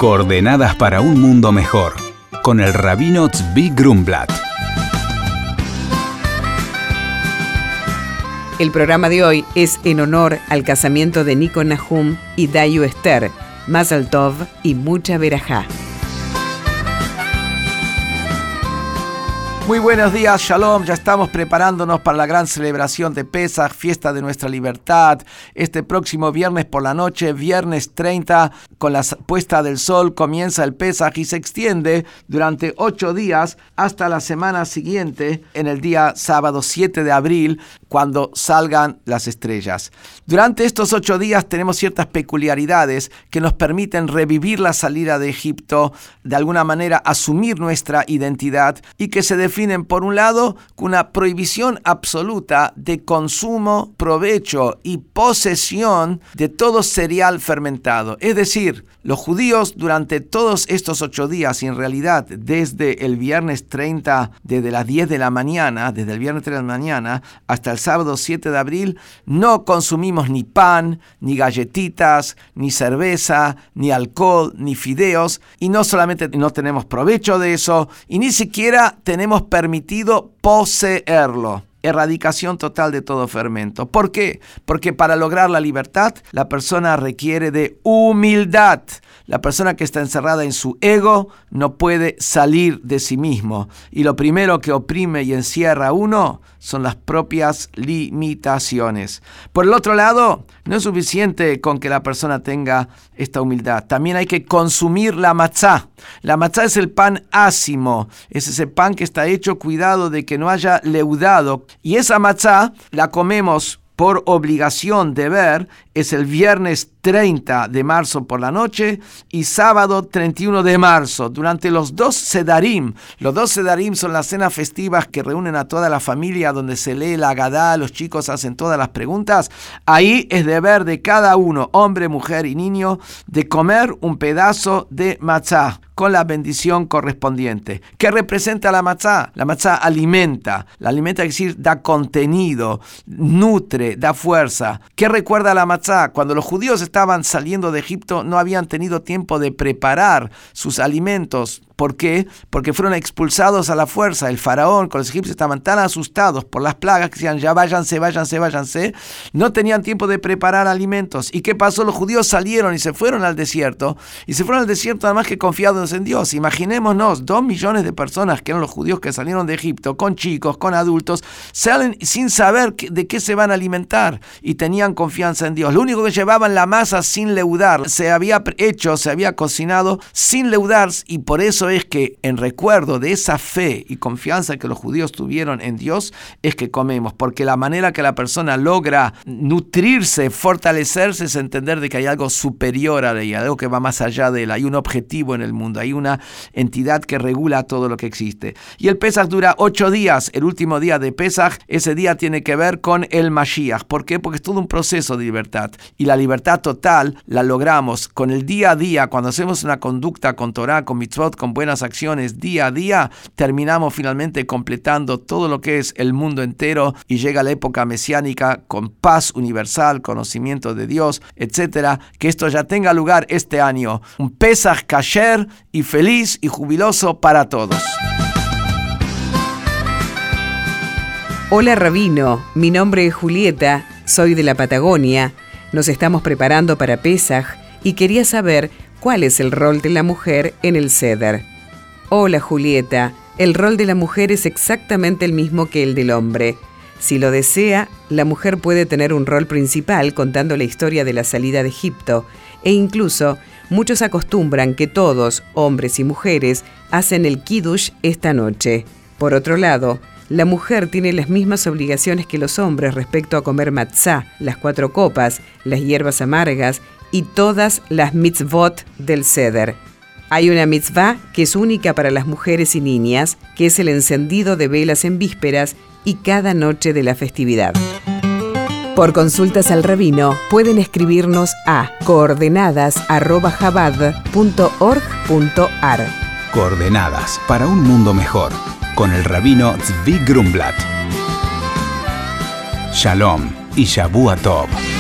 Coordenadas para un mundo mejor, con el rabino Tzvi Grumblat. El programa de hoy es en honor al casamiento de Nico Nahum y Dayu Esther. Mazal Tov y mucha verajá. Muy buenos días, Shalom. Ya estamos preparándonos para la gran celebración de Pesach, fiesta de nuestra libertad. Este próximo viernes por la noche, viernes 30, con la puesta del sol, comienza el Pesach y se extiende durante 8 días hasta la semana siguiente, en el día sábado 7 de abril, cuando salgan las estrellas. Durante estos 8 días tenemos ciertas peculiaridades que nos permiten revivir la salida de Egipto, de alguna manera asumir nuestra identidad y que se definen, por un lado, con una prohibición absoluta de consumo, provecho y posesión de todo cereal fermentado. Es decir, los judíos durante todos estos 8 días, y en realidad desde el viernes 30, desde las 10 de la mañana, desde el viernes 30 de la mañana hasta el sábado 7 de abril, no consumimos ni pan, ni galletitas, ni cerveza, ni alcohol, ni fideos, y no solamente no tenemos provecho de eso, y ni siquiera tenemos permitido poseerlo. Erradicación total de todo fermento. ¿Por qué? Porque para lograr la libertad, la persona requiere de humildad. La persona que está encerrada en su ego no puede salir de sí mismo. Y lo primero que oprime y encierra a uno son las propias limitaciones. Por el otro lado, no es suficiente con que la persona tenga esta humildad. También hay que consumir la matzá. La matzá es el pan ácimo. Es ese pan que está hecho cuidado de que no haya leudado. Y esa matzá la comemos por obligación, deber, es el viernes 30 de marzo por la noche y sábado 31 de marzo, durante los 2 Sedarim. Los 2 Sedarim son las cenas festivas que reúnen a toda la familia, donde se lee la Agadá, los chicos hacen todas las preguntas. Ahí es deber de cada uno, hombre, mujer y niño, de comer un pedazo de matzá con la bendición correspondiente. ¿Qué representa la matzá? La matzá alimenta. La alimenta, es decir, da contenido, nutre, da fuerza. ¿Qué recuerda la matzá? Cuando los judíos estaban saliendo de Egipto, no habían tenido tiempo de preparar sus alimentos. ¿Por qué? Porque fueron expulsados a la fuerza. El faraón con los egipcios estaban tan asustados por las plagas que decían, ya váyanse, váyanse, váyanse. No tenían tiempo de preparar alimentos. ¿Y qué pasó? Los judíos salieron y se fueron al desierto. Y se fueron al desierto nada más que confiados en Dios. Imaginémonos, 2 millones de personas que eran los judíos que salieron de Egipto, con chicos, con adultos, salen sin saber de qué se van a alimentar. Y tenían confianza en Dios. Lo único que llevaban la masa sin leudar. Se había hecho, se había cocinado sin leudar. Y por eso es que en recuerdo de esa fe y confianza que los judíos tuvieron en Dios es que comemos, porque la manera que la persona logra nutrirse, fortalecerse, es entender de que hay algo superior a ella, algo que va más allá de él, hay un objetivo en el mundo, hay una entidad que regula todo lo que existe. Y el Pesach dura 8 días, el último día de Pesach, ese día tiene que ver con el Mashiach. ¿Por qué? Porque es todo un proceso de libertad, y la libertad total la logramos con el día a día, cuando hacemos una conducta con Torah, con mitzvot, con buenas acciones día a día, terminamos finalmente completando todo lo que es el mundo entero y llega la época mesiánica con paz universal, conocimiento de Dios, etcétera. Que esto ya tenga lugar este año. Un Pesach kasher y feliz y jubiloso para todos. Hola Rabino, mi nombre es Julieta, soy de la Patagonia. Nos estamos preparando para Pesach y quería saber cuál es el rol de la mujer en el Seder. Hola Julieta, el rol de la mujer es exactamente el mismo que el del hombre. Si lo desea, la mujer puede tener un rol principal contando la historia de la salida de Egipto, e incluso muchos acostumbran que todos, hombres y mujeres, hacen el Kiddush esta noche. Por otro lado, la mujer tiene las mismas obligaciones que los hombres respecto a comer matzá, las 4 copas, las hierbas amargas y todas las mitzvot del Seder. Hay una mitzvah que es única para las mujeres y niñas, que es el encendido de velas en vísperas y cada noche de la festividad. Por consultas al rabino, pueden escribirnos a coordenadas@chabad.org.ar. Coordenadas para un mundo mejor, con el rabino Tzvi Grumblat. Shalom y Shavua Tov.